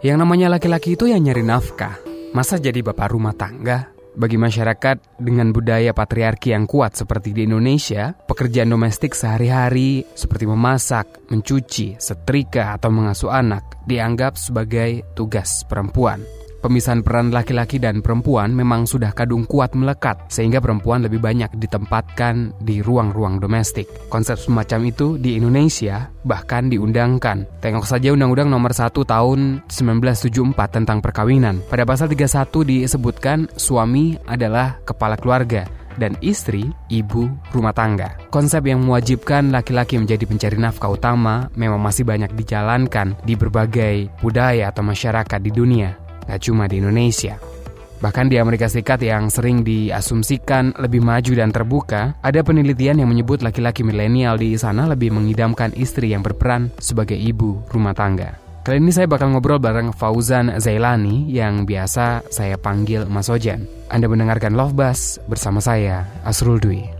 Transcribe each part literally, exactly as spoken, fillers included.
Yang namanya laki-laki itu yang nyari nafkah. Masa jadi bapak rumah tangga? Bagi masyarakat dengan budaya patriarki yang kuat seperti di Indonesia, pekerjaan domestik sehari-hari seperti memasak, mencuci, setrika, atau mengasuh anak dianggap sebagai tugas perempuan. Pemisahan peran laki-laki dan perempuan memang sudah kadung kuat melekat, sehingga perempuan lebih banyak ditempatkan di ruang-ruang domestik. Konsep semacam itu di Indonesia bahkan diundangkan. Tengok saja Undang-Undang Nomor satu Tahun seribu sembilan ratus tujuh puluh empat tentang perkawinan. Pada pasal tiga puluh satu disebutkan suami adalah kepala keluarga dan istri ibu rumah tangga. Konsep yang mewajibkan laki-laki menjadi pencari nafkah utama memang masih banyak dijalankan di berbagai budaya atau masyarakat di dunia. Gak cuma di Indonesia. Bahkan di Amerika Serikat yang sering diasumsikan lebih maju dan terbuka, ada penelitian yang menyebut laki-laki milenial di sana lebih mengidamkan istri yang berperan sebagai ibu rumah tangga. Kali ini saya bakal ngobrol bareng Fauzan Zailani yang biasa saya panggil Mas Ojan. Anda mendengarkan Love Buzz bersama saya, Asrul Dwi.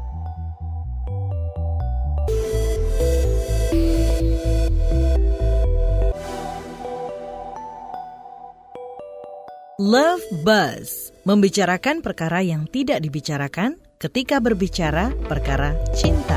Love Buzz, membicarakan perkara yang tidak dibicarakan ketika berbicara perkara cinta.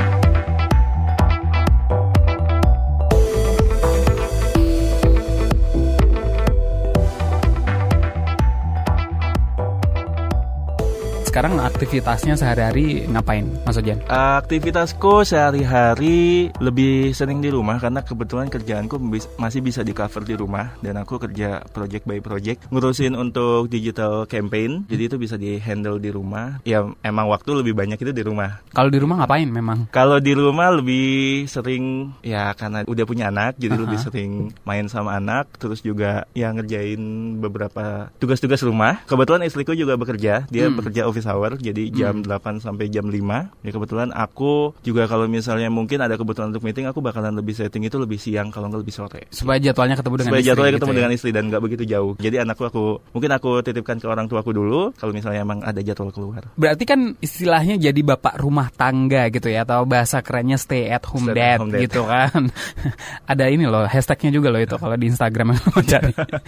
Sekarang aktivitasnya sehari-hari ngapain, Mas Ojan? Aktivitasku sehari-hari lebih sering di rumah karena kebetulan kerjaanku bis- masih bisa di cover di rumah dan aku kerja project by project ngurusin untuk digital campaign, jadi itu bisa di handle di rumah. Ya emang waktu lebih banyak itu di rumah. Kalau di rumah ngapain memang? Kalau di rumah lebih sering ya karena udah punya anak, jadi uh-huh. lebih sering main sama anak, terus juga ya ngerjain beberapa tugas-tugas rumah. Kebetulan istriku juga bekerja, dia hmm. bekerja office hour, jadi jam hmm. delapan sampai jam lima. Ya kebetulan aku juga kalau misalnya mungkin ada kebutuhan untuk meeting, aku bakalan lebih setting itu lebih siang kalau nggak lebih sore. Supaya jadwalnya ketemu dengan Supaya istri. jadwalnya ketemu gitu dengan ya? istri dan nggak begitu jauh. Jadi anakku aku mungkin aku titipkan ke orang tuaku dulu kalau misalnya emang ada jadwal keluar. Berarti kan istilahnya jadi bapak rumah tangga gitu ya, atau bahasa kerennya stay at home, stay dad, at home dad gitu kan. Ada ini loh, hashtagnya juga loh itu kalau di Instagram mencari.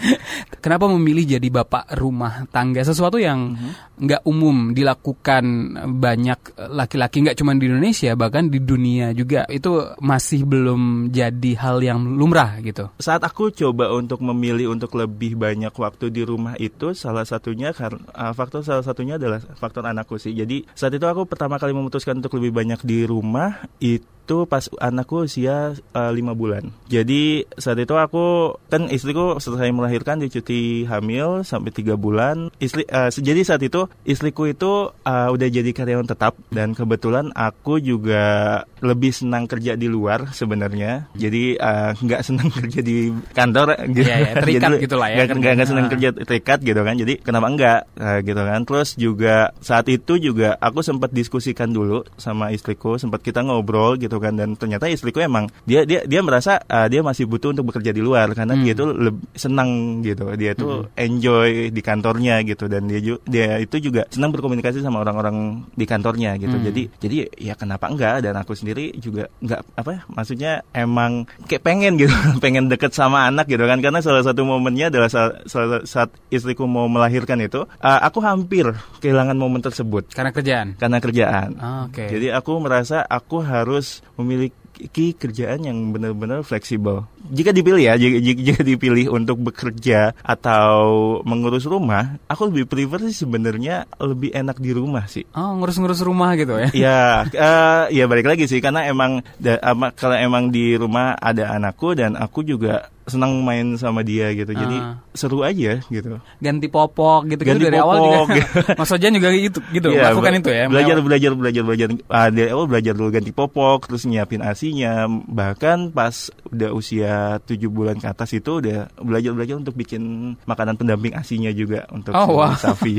Kenapa memilih jadi bapak rumah tangga? Sesuatu yang nggak uh-huh. umum dilakukan banyak laki-laki, nggak cuma di Indonesia, bahkan di dunia juga itu masih belum jadi hal yang lumrah gitu. Saat aku coba untuk memilih untuk lebih banyak waktu di rumah itu salah satunya karena uh, faktor salah satunya adalah faktor anakku sih. Jadi saat itu aku pertama kali memutuskan untuk lebih banyak di rumah itu pas anakku usia uh, lima bulan. Jadi saat itu aku kan istriku selesai melahirkan di cuti hamil sampai tiga bulan. Istri uh, jadi saat itu istriku itu uh, udah jadi karyawan tetap dan kebetulan aku juga lebih senang kerja di luar sebenarnya. Jadi nggak uh, senang kerja di kantor gitu. Ya, ya, terikat jadi, gitu lah ya. Nggak nggak senang kerja terikat gitu kan. Jadi kenapa enggak uh, gitu kan. Terus juga saat itu juga aku sempat diskusikan dulu sama istriku, sempat kita ngobrol gitu kan, dan ternyata istriku emang dia dia dia merasa uh, dia masih butuh untuk bekerja di luar karena hmm. dia tuh lebih senang gitu. Dia tuh hmm. enjoy di kantornya gitu, dan dia ju- dia itu juga senang berkomunikasi sama orang-orang di kantornya gitu. Hmm. Jadi jadi ya kenapa enggak, dan aku sendiri juga enggak apa ya, maksudnya emang kayak pengen gitu, pengen deket sama anak gitu kan, karena salah satu momennya adalah saat, saat istriku mau melahirkan itu uh, aku hampir kehilangan momen tersebut karena kerjaan. Karena kerjaan. Oh, okay. Jadi aku merasa aku harus memiliki kerjaan yang benar-benar fleksibel. Jika dipilih ya, jika, jika dipilih untuk bekerja atau mengurus rumah, aku lebih prefer sih sebenarnya lebih enak di rumah sih. Oh, ngurus-ngurus rumah gitu ya? Ya, uh, ya balik lagi sih, karena emang da, ama, kalau emang di rumah ada anakku dan aku juga senang main sama dia gitu, uh. jadi seru aja gitu. Ganti popok gitu, Ganti gitu dari popok, awal juga. Gitu. Mas Ojan juga gitu, gitu ya, lakukan be- itu ya. Belajar, belajar, belajar, belajar. Ah, dari awal belajar dulu ganti popok, terus nyiapin asinya. Bahkan pas udah usia tujuh bulan ke atas itu udah belajar-belajar untuk bikin makanan pendamping asinya juga untuk oh, wow. sapi.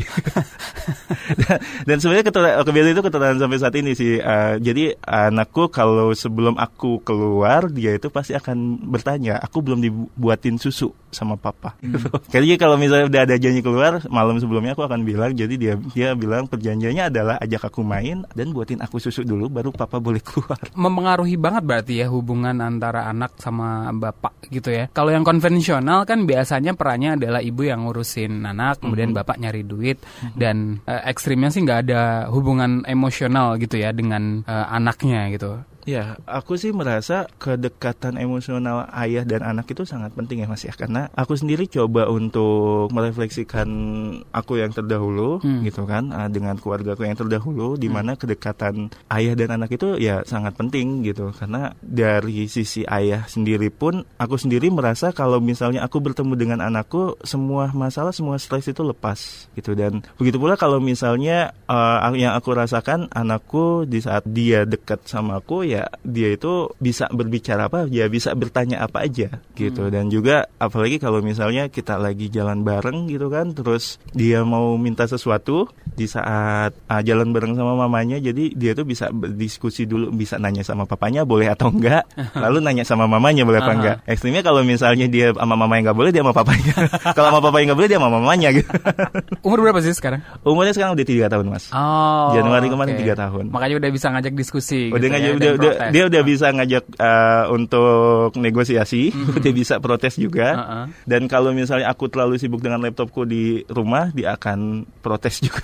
dan, dan sebenarnya kebiasaan itu keturunan sampai saat ini sih. Uh, jadi anakku kalau sebelum aku keluar, dia itu pasti akan bertanya, aku belum di buatin susu sama papa. Hmm. Kayaknya kalau misalnya udah ada janji keluar malam sebelumnya aku akan bilang, jadi dia dia bilang perjanjiannya adalah ajak aku main dan buatin aku susu dulu baru papa boleh keluar. Mempengaruhi banget berarti ya hubungan antara anak sama bapak gitu ya. Kalau yang konvensional kan biasanya perannya adalah ibu yang ngurusin anak, kemudian mm-hmm. bapak nyari duit, mm-hmm. dan uh, ekstrimnya sih nggak ada hubungan emosional gitu ya dengan uh, anaknya gitu. Ya, aku sih merasa kedekatan emosional ayah dan anak itu sangat penting ya Mas ya. Karena aku sendiri coba untuk merefleksikan aku yang terdahulu hmm. gitu kan, dengan keluarga aku yang terdahulu, di mana hmm. kedekatan ayah dan anak itu ya sangat penting gitu. Karena dari sisi ayah sendiri pun, aku sendiri merasa kalau misalnya aku bertemu dengan anakku, semua masalah, semua stres itu lepas gitu. Dan begitu pula kalau misalnya uh, yang aku rasakan anakku di saat dia dekat sama aku, ya dia itu bisa berbicara apa, ya bisa bertanya apa aja gitu. Hmm. Dan juga apalagi kalau misalnya kita lagi jalan bareng gitu kan, terus dia mau minta sesuatu di saat uh, jalan bareng sama mamanya, jadi dia tuh bisa berdiskusi dulu, bisa nanya sama papanya boleh atau enggak, lalu nanya sama mamanya boleh apa enggak. Ekstrimnya kalau misalnya dia sama mamanya enggak boleh, dia sama papanya. Kalau sama papanya enggak boleh, dia sama mamanya gitu. Umur berapa sih sekarang? Umurnya sekarang udah tiga tahun Mas. Oh, Januari kemarin okay. tiga tahun. Makanya udah bisa ngajak diskusi. Udah gitu ngajak, ya, udah, udah, dia udah oh. bisa ngajak uh, untuk negosiasi, mm-hmm. dia bisa protes juga. Uh-uh. Dan kalau misalnya aku terlalu sibuk dengan laptopku di rumah, dia akan protes juga.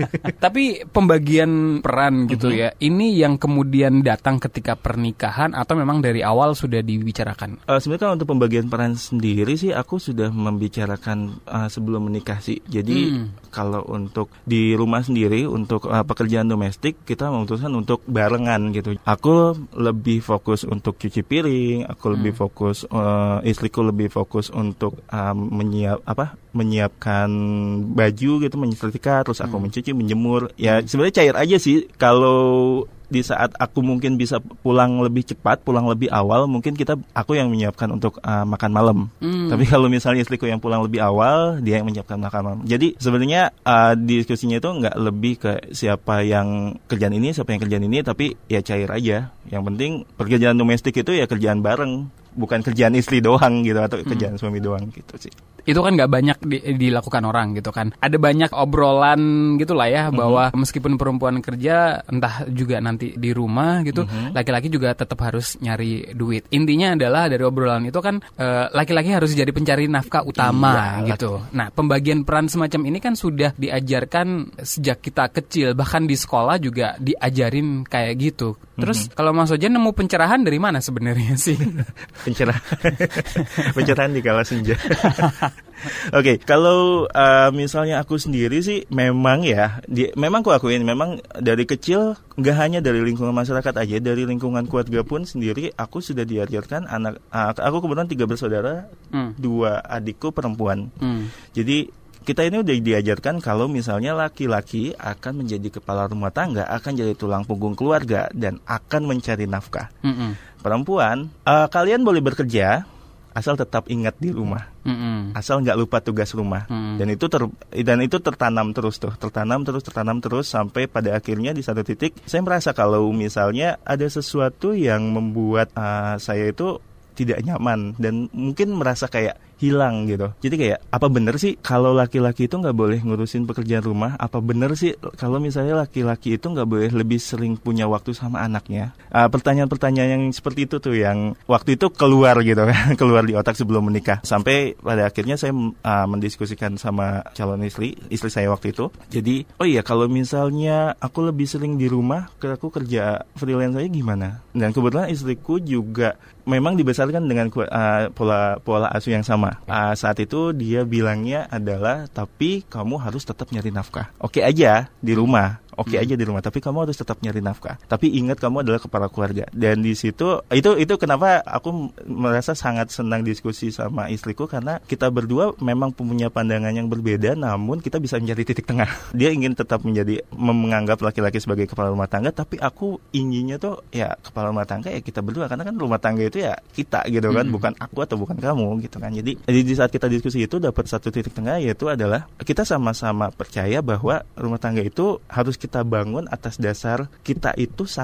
Tapi pembagian peran gitu mm-hmm. ya, ini yang kemudian datang ketika pernikahan atau memang dari awal sudah dibicarakan? Uh, sebenarnya kalau untuk pembagian peran sendiri sih aku sudah membicarakan uh, sebelum menikah sih. Jadi mm. kalau untuk di rumah sendiri, untuk uh, pekerjaan domestik, kita memutuskan untuk barengan gitu. Aku lebih fokus untuk cuci piring, aku hmm. lebih fokus, uh, istriku lebih fokus untuk uh, menyiap apa menyiapkan baju gitu, menyetrika, terus aku hmm. mencuci, menjemur. Ya sebenarnya cair aja sih. Kalau di saat aku mungkin bisa pulang lebih cepat, pulang lebih awal, mungkin kita aku yang menyiapkan untuk uh, makan malam. Hmm. Tapi kalau misalnya istriku yang pulang lebih awal, dia yang menyiapkan makan malam. Jadi sebenarnya uh, diskusinya itu nggak lebih ke siapa yang kerjaan ini, siapa yang kerjaan ini, tapi ya cair aja. Yang penting pekerjaan domestik itu ya kerjaan bareng, bukan kerjaan istri doang gitu atau kerjaan hmm. suami doang gitu sih. Itu kan nggak banyak di, dilakukan orang gitu kan. Ada banyak obrolan gitu lah ya, mm-hmm. bahwa meskipun perempuan kerja, entah juga nanti di rumah gitu, mm-hmm. laki-laki juga tetap harus nyari duit. Intinya adalah dari obrolan itu kan e, laki-laki harus jadi pencari nafkah utama iya, gitu. Laki. Nah, pembagian peran semacam ini kan sudah diajarkan sejak kita kecil, bahkan di sekolah juga diajarin kayak gitu. Terus mm-hmm. kalau Mas Ojan nemu pencerahan dari mana sebenarnya sih? Pencerahan, pencerahan di kala senja. Oke, okay, kalau uh, misalnya aku sendiri sih memang ya, di, memang aku akuin memang dari kecil nggak hanya dari lingkungan masyarakat aja, dari lingkungan keluarga pun sendiri aku sudah diajarkan anak. Uh, aku kebetulan tiga bersaudara, hmm. dua adikku perempuan. Hmm. Jadi kita ini udah diajarkan kalau misalnya laki-laki akan menjadi kepala rumah tangga, akan jadi tulang punggung keluarga dan akan mencari nafkah. Mm-mm. Perempuan, uh, kalian boleh bekerja asal tetap ingat di rumah, mm-mm. asal nggak lupa tugas rumah. Mm-mm. Dan itu ter dan itu tertanam terus tuh, tertanam terus, tertanam terus sampai pada akhirnya di satu titik saya merasa kalau misalnya ada sesuatu yang membuat uh, saya itu tidak nyaman dan mungkin merasa kayak hilang gitu. Jadi kayak apa bener sih kalau laki-laki itu nggak boleh ngurusin pekerjaan rumah? Apa bener sih kalau misalnya laki-laki itu nggak boleh lebih sering punya waktu sama anaknya? Uh, pertanyaan-pertanyaan yang seperti itu tuh yang waktu itu keluar gitu kan, keluar di otak sebelum menikah. Sampai pada akhirnya saya uh, mendiskusikan sama calon istri, istri saya waktu itu. Jadi oh iya kalau misalnya aku lebih sering di rumah, aku kerja freelance saya gimana? Dan kebetulan istriku juga memang dibesarkan dengan uh, pola pola asuh yang sama. Uh, saat itu dia bilangnya adalah tapi kamu harus tetap nyari nafkah. Oke aja di rumah, oke hmm. aja di rumah, tapi kamu harus tetap nyari nafkah. Tapi ingat kamu adalah kepala keluarga. Dan di situ itu itu kenapa aku merasa sangat senang diskusi sama istriku karena kita berdua memang punya pandangan yang berbeda, namun kita bisa mencari titik tengah. Dia ingin tetap menjadi menganggap laki-laki sebagai kepala rumah tangga, tapi aku inginnya tuh ya kepala rumah tangga ya kita berdua karena kan rumah tangga itu ya kita gitu kan, hmm. bukan aku atau bukan kamu gitu kan. Jadi Jadi di saat kita diskusi itu dapat satu titik tengah, yaitu adalah kita sama-sama percaya bahwa rumah tangga itu harus kita bangun atas dasar kita itu sama.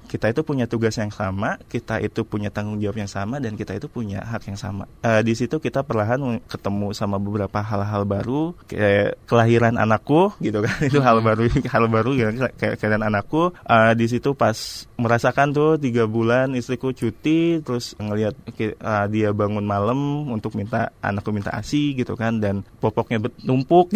kita itu punya tugas yang sama, kita itu punya tanggung jawab yang sama, dan kita itu punya hak yang sama. Uh, di situ kita perlahan ketemu sama beberapa hal-hal baru, kayak kelahiran anakku gitu kan, itu hal baru, hal baru ya, kayak kelahiran anakku. Uh, di situ pas merasakan tuh tiga bulan istriku cuti, terus ngelihat uh, dia bangun malam untuk minta anakku minta ASI gitu kan, dan popoknya numpuk,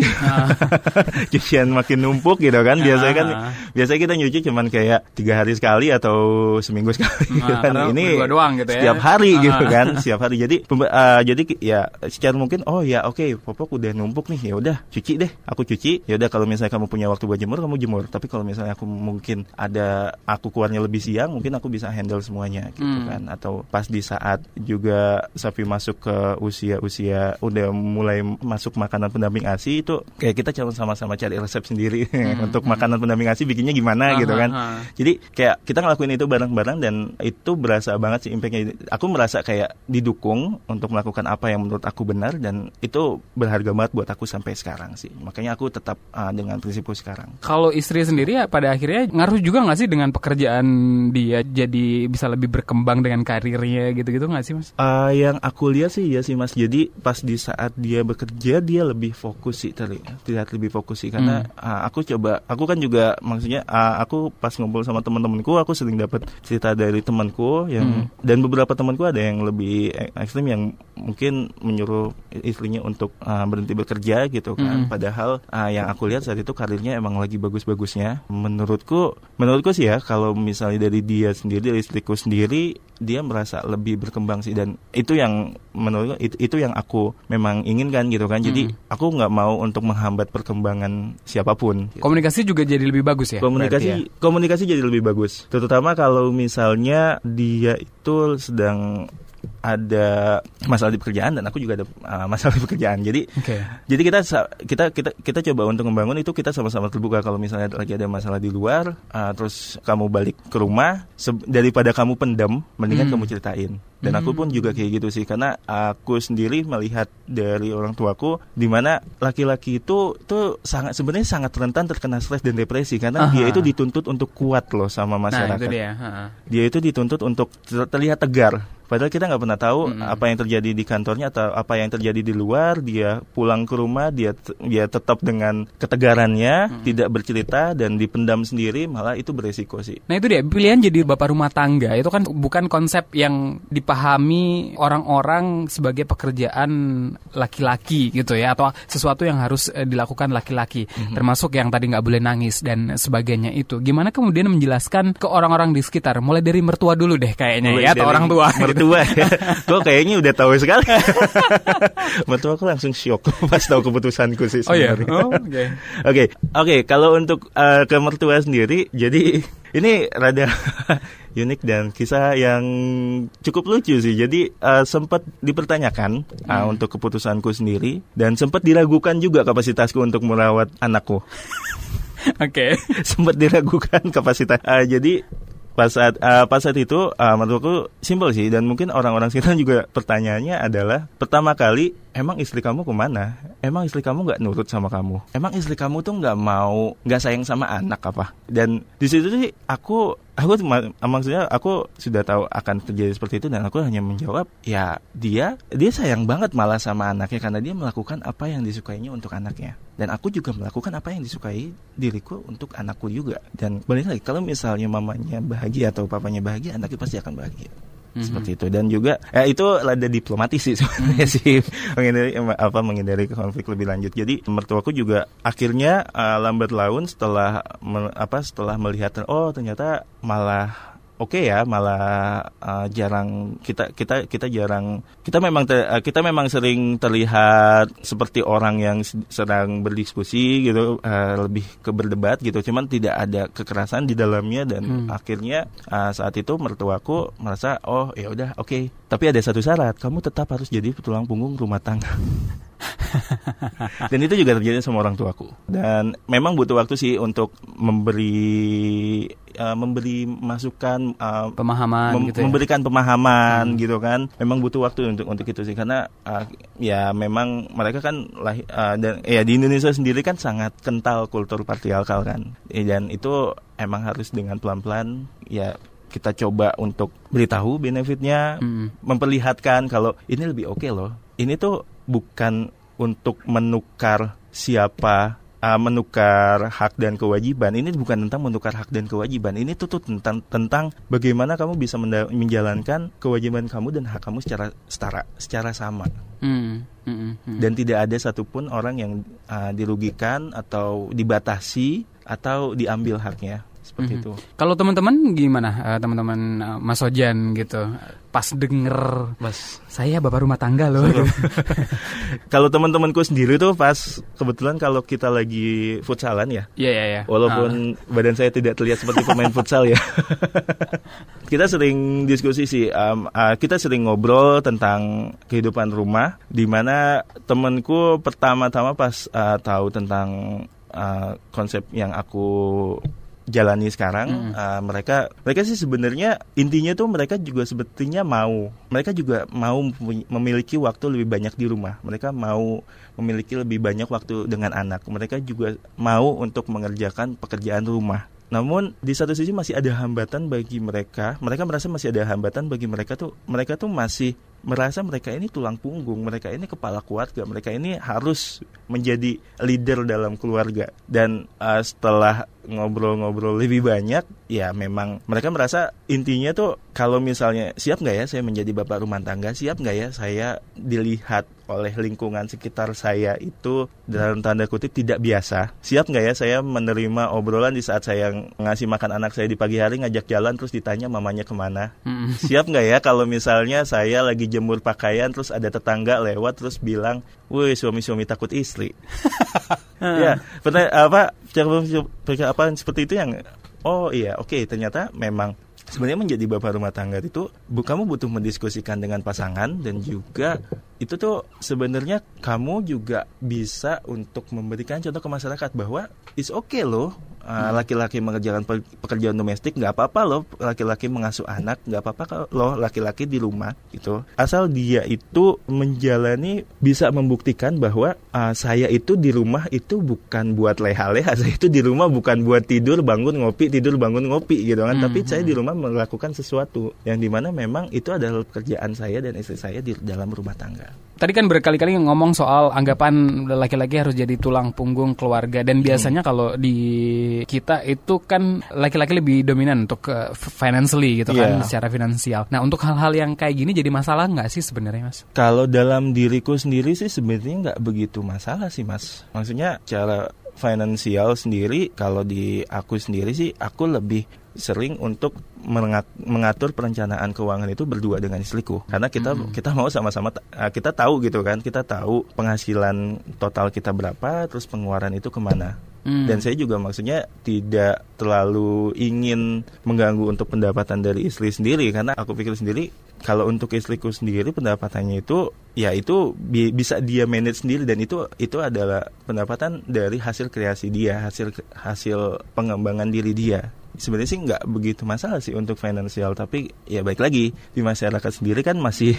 cucian makin numpuk gitu kan. Biasanya kan, biasanya kita nyuci cuman kayak tiga hari sekali atau seminggu sekali gitu nah, kan. Ini doang gitu ya. Setiap hari uh. gitu kan, setiap hari. Jadi uh, jadi ya secara mungkin oh ya oke okay, popok udah numpuk nih, ya udah cuci deh, aku cuci. Ya udah kalau misalnya kamu punya waktu buat jemur, kamu jemur. Tapi kalau misalnya aku mungkin ada aku keluarnya lebih siang, mungkin aku bisa handle semuanya gitu hmm. kan. Atau pas di saat juga Safi masuk ke usia-usia udah mulai masuk makanan pendamping ASI, itu kayak kita sama-sama cari resep sendiri hmm. untuk hmm. makanan pendamping ASI bikinnya gimana uh, gitu kan. Uh, uh. Jadi kayak kita ngelakuin itu bareng-bareng, dan itu berasa banget sih impact-nya. Aku merasa kayak didukung untuk melakukan apa yang menurut aku benar, dan itu berharga banget buat aku sampai sekarang sih. Makanya aku tetap uh, dengan prinsipku sekarang. Kalau istri sendiri ya pada akhirnya ngaruh juga nggak sih dengan pekerjaan dia, jadi bisa lebih berkembang dengan karirnya gitu-gitu nggak sih Mas? Uh, yang aku lihat sih ya sih Mas. Jadi pas di saat dia bekerja, dia lebih fokus sih tadi. Terlihat lebih fokus sih karena hmm. uh, aku coba, aku kan juga maksudnya uh, aku pas ngobrol sama teman-temanku, aku sering dapat cerita dari temanku yang hmm. dan beberapa temanku ada yang lebih ekstrim yang mungkin menyuruh istrinya untuk uh, berhenti bekerja gitu kan. Hmm. Padahal uh, yang aku lihat saat itu karirnya emang lagi bagus-bagusnya. Menurutku, menurutku sih ya, kalau misalnya dari dia sendiri, dari istriku sendiri, dia merasa lebih berkembang sih, dan itu yang menurutku itu, itu yang aku memang inginkan gitu kan. Jadi hmm. aku nggak mau untuk menghambat perkembangan siapapun. Gitu. Komunikasi juga jadi lebih bagus ya. Komunikasi, ya? komunikasi jadi lebih bagus. Terutama kalau misalnya dia itu sedang ada masalah di pekerjaan dan aku juga ada uh, masalah di pekerjaan. Jadi okay. jadi kita kita kita kita coba untuk membangun itu, kita sama-sama terbuka. Kalau misalnya lagi ada masalah di luar, uh, terus kamu balik ke rumah, se- daripada kamu pendam, mendingan hmm. kamu ceritain. Dan hmm. aku pun juga kayak gitu sih, karena aku sendiri melihat dari orang tuaku di mana laki-laki itu tuh sangat sebenarnya sangat rentan terkena stres dan depresi, karena Aha. dia itu dituntut untuk kuat loh sama masyarakat. Nah, itu dia. Dia itu dituntut untuk terlihat tegar. Padahal kita nggak pernah tahu mm-hmm. apa yang terjadi di kantornya atau apa yang terjadi di luar. Dia pulang ke rumah, dia dia tetap dengan ketegarannya, mm-hmm. tidak bercerita dan dipendam sendiri, malah itu beresiko sih. Nah itu dia, pilihan jadi bapak rumah tangga itu kan bukan konsep yang dipahami orang-orang sebagai pekerjaan laki-laki gitu ya, atau sesuatu yang harus dilakukan laki-laki, mm-hmm. termasuk yang tadi nggak boleh nangis dan sebagainya itu. Gimana kemudian menjelaskan ke orang-orang di sekitar, mulai dari mertua dulu deh kayaknya mulai ya, atau orang tua. Mertua ya, kok kayaknya udah tahu sekali. Mertua aku langsung shock pas tahu keputusanku sih sebenarnya. Oh iya. Oh, oke. Oke, oke. Kalau untuk uh, ke mertua sendiri, jadi ini rada unik dan kisah yang cukup lucu sih. Jadi uh, sempat dipertanyakan uh, hmm. untuk keputusanku sendiri, dan sempat diragukan juga kapasitasku untuk merawat anakku. Oke. Okay. Sempat diragukan kapasitas. Uh, jadi Pas saat, uh, pas saat itu uh, menurutku simpel sih, dan mungkin orang-orang sekitar juga pertanyaannya adalah, pertama kali, emang istri kamu kemana? Emang istri kamu nggak nurut sama kamu? Emang istri kamu tuh nggak mau, nggak sayang sama anak apa? Dan di situ sih aku, aku maksudnya aku sudah tahu akan terjadi seperti itu, dan aku hanya menjawab, ya dia, dia sayang banget malah sama anaknya karena dia melakukan apa yang disukainya untuk anaknya. Dan aku juga melakukan apa yang disukai diriku untuk anakku juga. Dan balik lagi, kalau misalnya mamanya bahagia atau papanya bahagia, anaknya pasti akan bahagia. Mm-hmm. Seperti itu. Dan juga eh, itu ada diplomatis sih sebenarnya mm-hmm. sih, menghindari apa menghindari konflik lebih lanjut. Jadi mertuaku juga akhirnya uh, lambat laun setelah me, apa setelah melihat, oh ternyata malah oke okay ya, malah uh, jarang kita kita kita jarang kita memang ter, uh, kita memang sering terlihat seperti orang yang sedang berdiskusi gitu, uh, lebih ke berdebat gitu, cuman tidak ada kekerasan di dalamnya. Dan hmm. akhirnya uh, saat itu mertuaku merasa, oh ya udah oke, okay. Tapi ada satu syarat, kamu tetap harus jadi tulang punggung rumah tangga. Dan itu juga terjadi sama orang tuaku. Dan memang butuh waktu sih untuk memberi uh, memberi masukan, uh, pemahaman mem- gitu ya? memberikan pemahaman hmm. gitu kan. Memang butuh waktu untuk untuk itu sih, karena uh, ya memang mereka kan lahir, uh, dan ya di Indonesia sendiri kan sangat kental kultur patriarkal kan. Dan itu emang harus dengan pelan-pelan ya kita coba untuk beritahu benefitnya, hmm. memperlihatkan kalau ini lebih oke okay loh. Ini tuh bukan untuk menukar siapa, uh, menukar hak dan kewajiban. Ini bukan tentang menukar hak dan kewajiban. Ini tuh, tuh tentang tentang bagaimana kamu bisa menda- menjalankan kewajiban kamu dan hak kamu secara setara, secara sama. Hmm. Hmm. Hmm. Dan tidak ada satupun orang yang uh, dirugikan atau dibatasi atau diambil haknya. Seperti mm-hmm. itu. Kalau teman-teman gimana, uh, teman-teman uh, Mas Sojan gitu, pas denger Mas, saya bapak rumah tangga loh. Kalau teman-temanku sendiri tuh pas kebetulan kalau kita lagi futsalan ya. Iya yeah, iya yeah, yeah. Walaupun uh. badan saya tidak terlihat seperti pemain futsal ya. Kita sering diskusi sih, um, uh, kita sering ngobrol tentang kehidupan rumah, di mana temanku pertama-tama pas uh, tahu tentang uh, konsep yang aku jalani sekarang, hmm. uh, mereka mereka sih sebenarnya intinya tuh mereka juga sebetulnya mau mereka juga mau memiliki waktu lebih banyak di rumah. Mereka mau memiliki lebih banyak waktu dengan anak. Mereka juga mau untuk mengerjakan pekerjaan rumah. Namun di satu sisi masih ada hambatan bagi mereka. Mereka merasa masih ada hambatan bagi mereka tuh. Mereka tuh masih merasa mereka ini tulang punggung, mereka ini kepala keluarga, mereka ini harus menjadi leader dalam keluarga. Dan uh, setelah ngobrol-ngobrol lebih banyak, ya memang mereka merasa intinya tuh kalau misalnya siap nggak ya saya menjadi bapak rumah tangga, siap nggak ya saya dilihat oleh lingkungan sekitar saya itu dalam tanda kutip tidak biasa, siap nggak ya saya menerima obrolan di saat saya ngasih makan anak saya di pagi hari, ngajak jalan terus ditanya mamanya kemana, mm. siap nggak ya kalau misalnya saya lagi jemur pakaian terus ada tetangga lewat terus bilang, woi suami-suami takut istri. Ya, pernah apa cara apa seperti itu yang oh iya oke okay, ternyata memang sebenarnya menjadi bapak rumah tangga itu bu, kamu butuh mendiskusikan dengan pasangan dan juga itu tuh sebenarnya kamu juga bisa untuk memberikan contoh ke masyarakat bahwa it's okay loh uh, laki-laki mengerjakan pekerjaan domestik, nggak apa-apa loh laki-laki mengasuh anak, nggak apa-apa loh laki-laki di rumah gitu, asal dia itu menjalani bisa membuktikan bahwa uh, saya itu di rumah itu bukan buat leha-leha, saya itu di rumah bukan buat tidur bangun ngopi tidur bangun ngopi gitu kan, hmm, tapi hmm. saya di rumah melakukan sesuatu yang dimana memang itu adalah pekerjaan saya dan istri saya di dalam rumah tangga. Tadi kan berkali-kali ngomong soal anggapan laki-laki harus jadi tulang punggung keluarga, dan biasanya hmm. kalau di kita itu kan laki-laki lebih dominan untuk uh, financially gitu yeah. kan, secara finansial. Nah untuk hal-hal yang kayak gini jadi masalah nggak sih sebenarnya Mas? Kalau dalam diriku sendiri sih sebenarnya nggak begitu masalah sih Mas. Maksudnya cara finansial sendiri kalau di aku sendiri sih aku lebih sering untuk mengatur perencanaan keuangan itu berdua dengan istriku, karena kita hmm. kita mau sama-sama kita tahu gitu kan, kita tahu penghasilan total kita berapa, terus pengeluaran itu kemana. Hmm. Dan saya juga maksudnya tidak terlalu ingin mengganggu untuk pendapatan dari istri sendiri, karena aku pikir sendiri kalau untuk istriku sendiri pendapatannya itu ya itu bi- bisa dia manage sendiri, dan itu itu adalah pendapatan dari hasil kreasi dia, hasil hasil pengembangan diri dia. Sebenarnya sih nggak begitu masalah sih untuk finansial, tapi ya baik lagi di masyarakat sendiri kan masih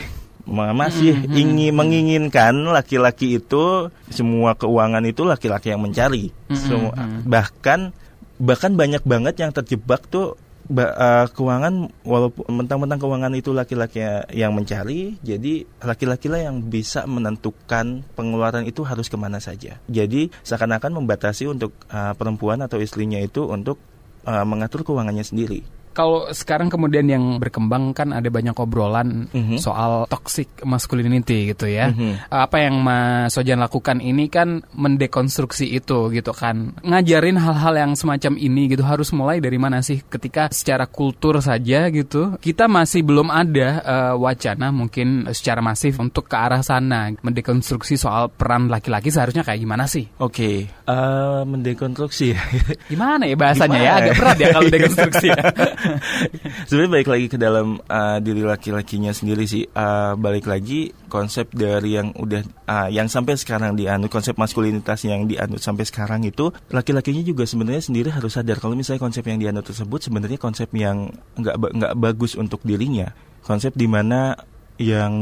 masih mm-hmm. ingin menginginkan laki-laki itu semua keuangan itu laki-laki yang mencari. Mm-hmm. Semua, bahkan bahkan banyak banget yang terjebak tuh uh, keuangan, walaupun mentang-mentang keuangan itu laki-laki yang mencari, jadi laki-laki lah yang bisa menentukan pengeluaran itu harus kemana saja. Jadi seakan-akan membatasi untuk uh, perempuan atau istrinya itu untuk Uh, mengatur keuangannya sendiri. Kalau sekarang kemudian yang berkembang kan ada banyak obrolan mm-hmm. soal toxic masculinity gitu ya. Mm-hmm. Apa yang Mas Sojan lakukan ini kan mendekonstruksi itu gitu kan. Ngajarin hal-hal yang semacam ini gitu harus mulai dari mana sih, ketika secara kultur saja gitu kita masih belum ada uh, wacana mungkin secara masif untuk ke arah sana, mendekonstruksi soal peran laki-laki seharusnya kayak gimana sih? Oke, okay. uh, mendekonstruksi gimana ya bahasanya gimana? Ya agak berat ya kalau dekonstruksi ya. Sebenarnya balik lagi ke dalam uh, diri laki-lakinya sendiri sih. Uh, balik lagi konsep dari yang udah uh, yang sampai sekarang dianut, konsep maskulinitas yang dianut sampai sekarang itu, laki-lakinya juga sebenarnya sendiri harus sadar kalau misalnya konsep yang dianut tersebut sebenarnya konsep yang nggak nggak bagus untuk dirinya. Konsep di mana yang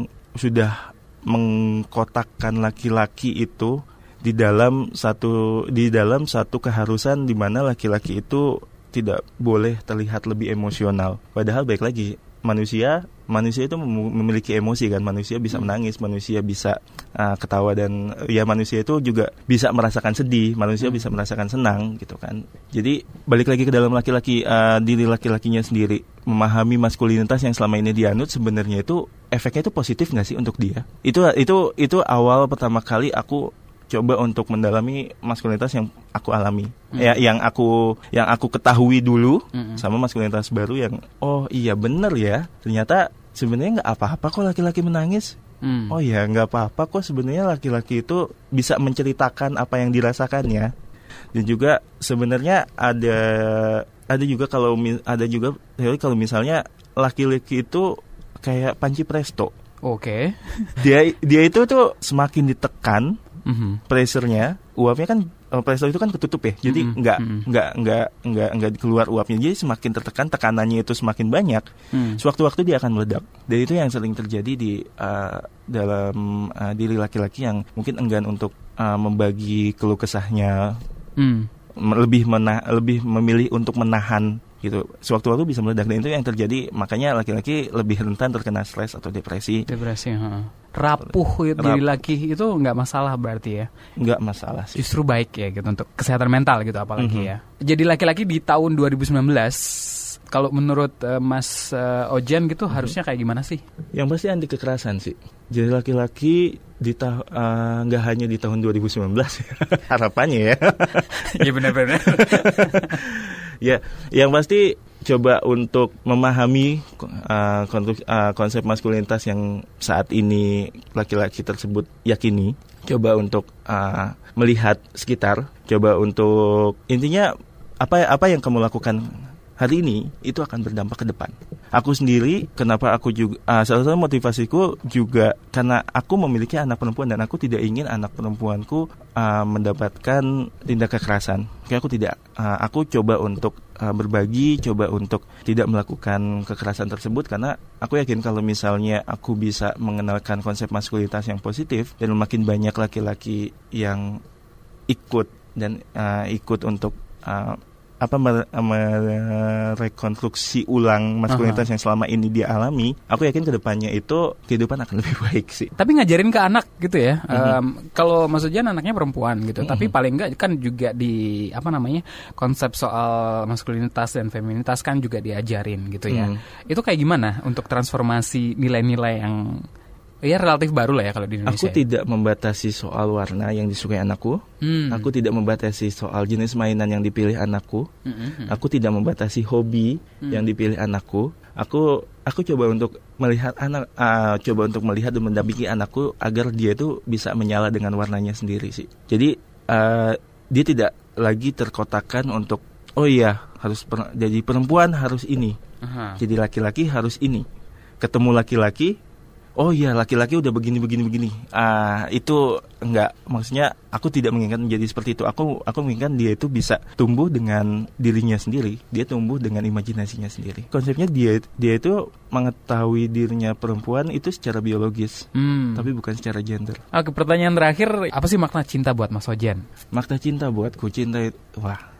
sudah mengkotakkan laki-laki itu di dalam satu di dalam satu keharusan di mana laki-laki itu tidak boleh terlihat lebih emosional. Padahal baik lagi, manusia manusia itu memiliki emosi kan, manusia bisa menangis, manusia bisa uh, ketawa, dan ya manusia itu juga bisa merasakan sedih, manusia bisa merasakan senang gitu kan. Jadi balik lagi ke dalam laki-laki, uh, diri laki-lakinya sendiri memahami maskulinitas yang selama ini dianut, sebenarnya itu efeknya itu positif nggak sih untuk dia? Itu itu itu awal pertama kali aku coba untuk mendalami maskulinitas yang aku alami, hmm. ya yang aku yang aku ketahui dulu, hmm. sama maskulinitas baru yang oh iya bener ya, ternyata sebenarnya nggak apa-apa kok laki-laki menangis. Hmm. Oh iya nggak apa-apa kok sebenarnya laki-laki itu bisa menceritakan apa yang dirasakannya. Dan juga sebenarnya ada ada juga kalau ada juga teori kalau misalnya laki-laki itu kayak panci presto. Oke. Okay. Dia dia itu tuh semakin ditekan. Mm-hmm. Pressure-nya, uapnya kan uh, pressure itu kan ketutup ya, jadi mm-hmm. nggak mm-hmm. nggak nggak nggak nggak keluar uapnya, jadi semakin tertekan, tekanannya itu semakin banyak, mm. sewaktu-waktu dia akan meledak. Dan itu yang sering terjadi di uh, dalam uh, diri laki-laki yang mungkin enggan untuk uh, membagi keluh kesahnya, mm. lebih mena- lebih memilih untuk menahan gitu, sewaktu-waktu bisa meledak. Dan itu yang terjadi, makanya laki-laki lebih rentan terkena stres atau depresi. Depresi, ha. Rapuh diri laki itu nggak masalah berarti ya? Nggak masalah sih. Justru baik ya gitu untuk kesehatan mental gitu apalagi mm-hmm. ya. Jadi laki-laki di tahun dua ribu sembilan belas, kalau menurut uh, Mas uh, Ojan gitu mm-hmm. harusnya kayak gimana sih? Yang pasti anti kekerasan sih. Jadi laki-laki di ta- uh, nggak hanya di tahun dua ribu sembilan belas harapannya ya. Iya benar-benar. Ya, yang pasti coba untuk memahami uh, konsep maskulinitas yang saat ini laki-laki tersebut yakini. Coba untuk uh, melihat sekitar, coba untuk intinya apa apa yang kamu lakukan hari ini itu akan berdampak ke depan. Aku sendiri, kenapa aku juga uh, salah satu motivasiku juga karena aku memiliki anak perempuan dan aku tidak ingin anak perempuanku uh, mendapatkan tindak kekerasan. Kayak aku tidak, uh, aku coba untuk uh, berbagi, coba untuk tidak melakukan kekerasan tersebut karena aku yakin kalau misalnya aku bisa mengenalkan konsep maskulinitas yang positif dan makin banyak laki-laki yang ikut dan uh, ikut untuk uh, apa merekonstruksi ulang maskulinitas uh-huh. yang selama ini dia alami, aku yakin kedepannya itu kehidupan akan lebih baik sih. Tapi ngajarin ke anak gitu ya, uh-huh. um, kalau maksudnya anaknya perempuan gitu, uh-huh. tapi paling enggak kan juga di apa namanya konsep soal maskulinitas dan feminitas kan juga diajarin gitu ya. Uh-huh. Itu kayak gimana untuk transformasi nilai-nilai yang ya relatif baru lah ya kalau di Indonesia. Aku ya. tidak membatasi soal warna yang disukai anakku. Hmm. Aku tidak membatasi soal jenis mainan yang dipilih anakku. Hmm. Aku tidak membatasi hobi hmm. yang dipilih anakku. Aku aku coba untuk melihat anak, uh, coba untuk melihat dan mendampingi anakku agar dia itu bisa menyala dengan warnanya sendiri sih. Jadi uh, dia tidak lagi terkotakkan untuk oh iya harus per- jadi perempuan harus ini, uh-huh. jadi laki-laki harus ini. Ketemu laki-laki. Oh iya laki-laki udah begini begini begini. Ah itu enggak, maksudnya aku tidak menginginkan menjadi seperti itu. Aku aku menginginkan dia itu bisa tumbuh dengan dirinya sendiri. Dia tumbuh dengan imajinasinya sendiri. Konsepnya dia dia itu mengetahui dirinya perempuan itu secara biologis, hmm. tapi bukan secara gender. Oke, pertanyaan terakhir, apa sih makna cinta buat Mas Ojan? Makna cinta buatku, cinta itu wah.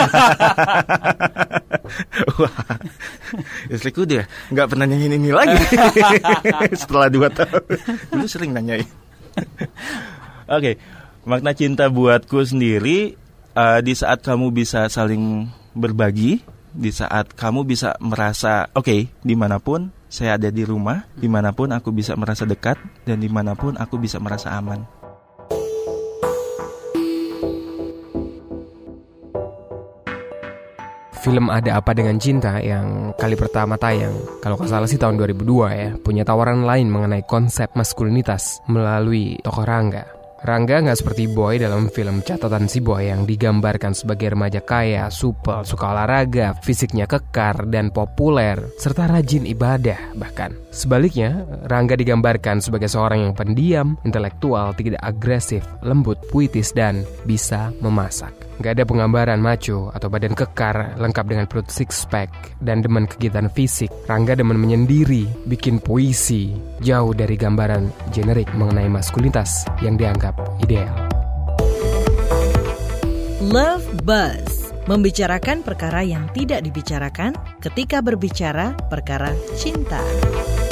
Wah, istriku dia nggak pernah nanyain ini lagi. Setelah dua tahun dulu sering nanyain. Oke, okay. Makna cinta buatku sendiri uh, di saat kamu bisa saling berbagi, di saat kamu bisa merasa oke, okay, dimanapun saya ada di rumah, dimanapun aku bisa merasa dekat, dan dimanapun aku bisa merasa aman. Film Ada Apa Dengan Cinta yang kali pertama tayang, kalau nggak salah sih tahun dua ribu dua ya, punya tawaran lain mengenai konsep maskulinitas melalui tokoh Rangga. Rangga nggak seperti Boy dalam film Catatan Si Boy yang digambarkan sebagai remaja kaya, supel, suka olahraga, fisiknya kekar dan populer, serta rajin ibadah bahkan. Sebaliknya, Rangga digambarkan sebagai seorang yang pendiam, intelektual, tidak agresif, lembut, puitis, dan bisa memasak. Gak ada penggambaran macho atau badan kekar lengkap dengan perut six pack dan demen kegiatan fisik. Rangga demen menyendiri, bikin puisi, jauh dari gambaran generik mengenai maskulinitas yang dianggap ideal. Love Buzz membicarakan perkara yang tidak dibicarakan ketika berbicara perkara cinta.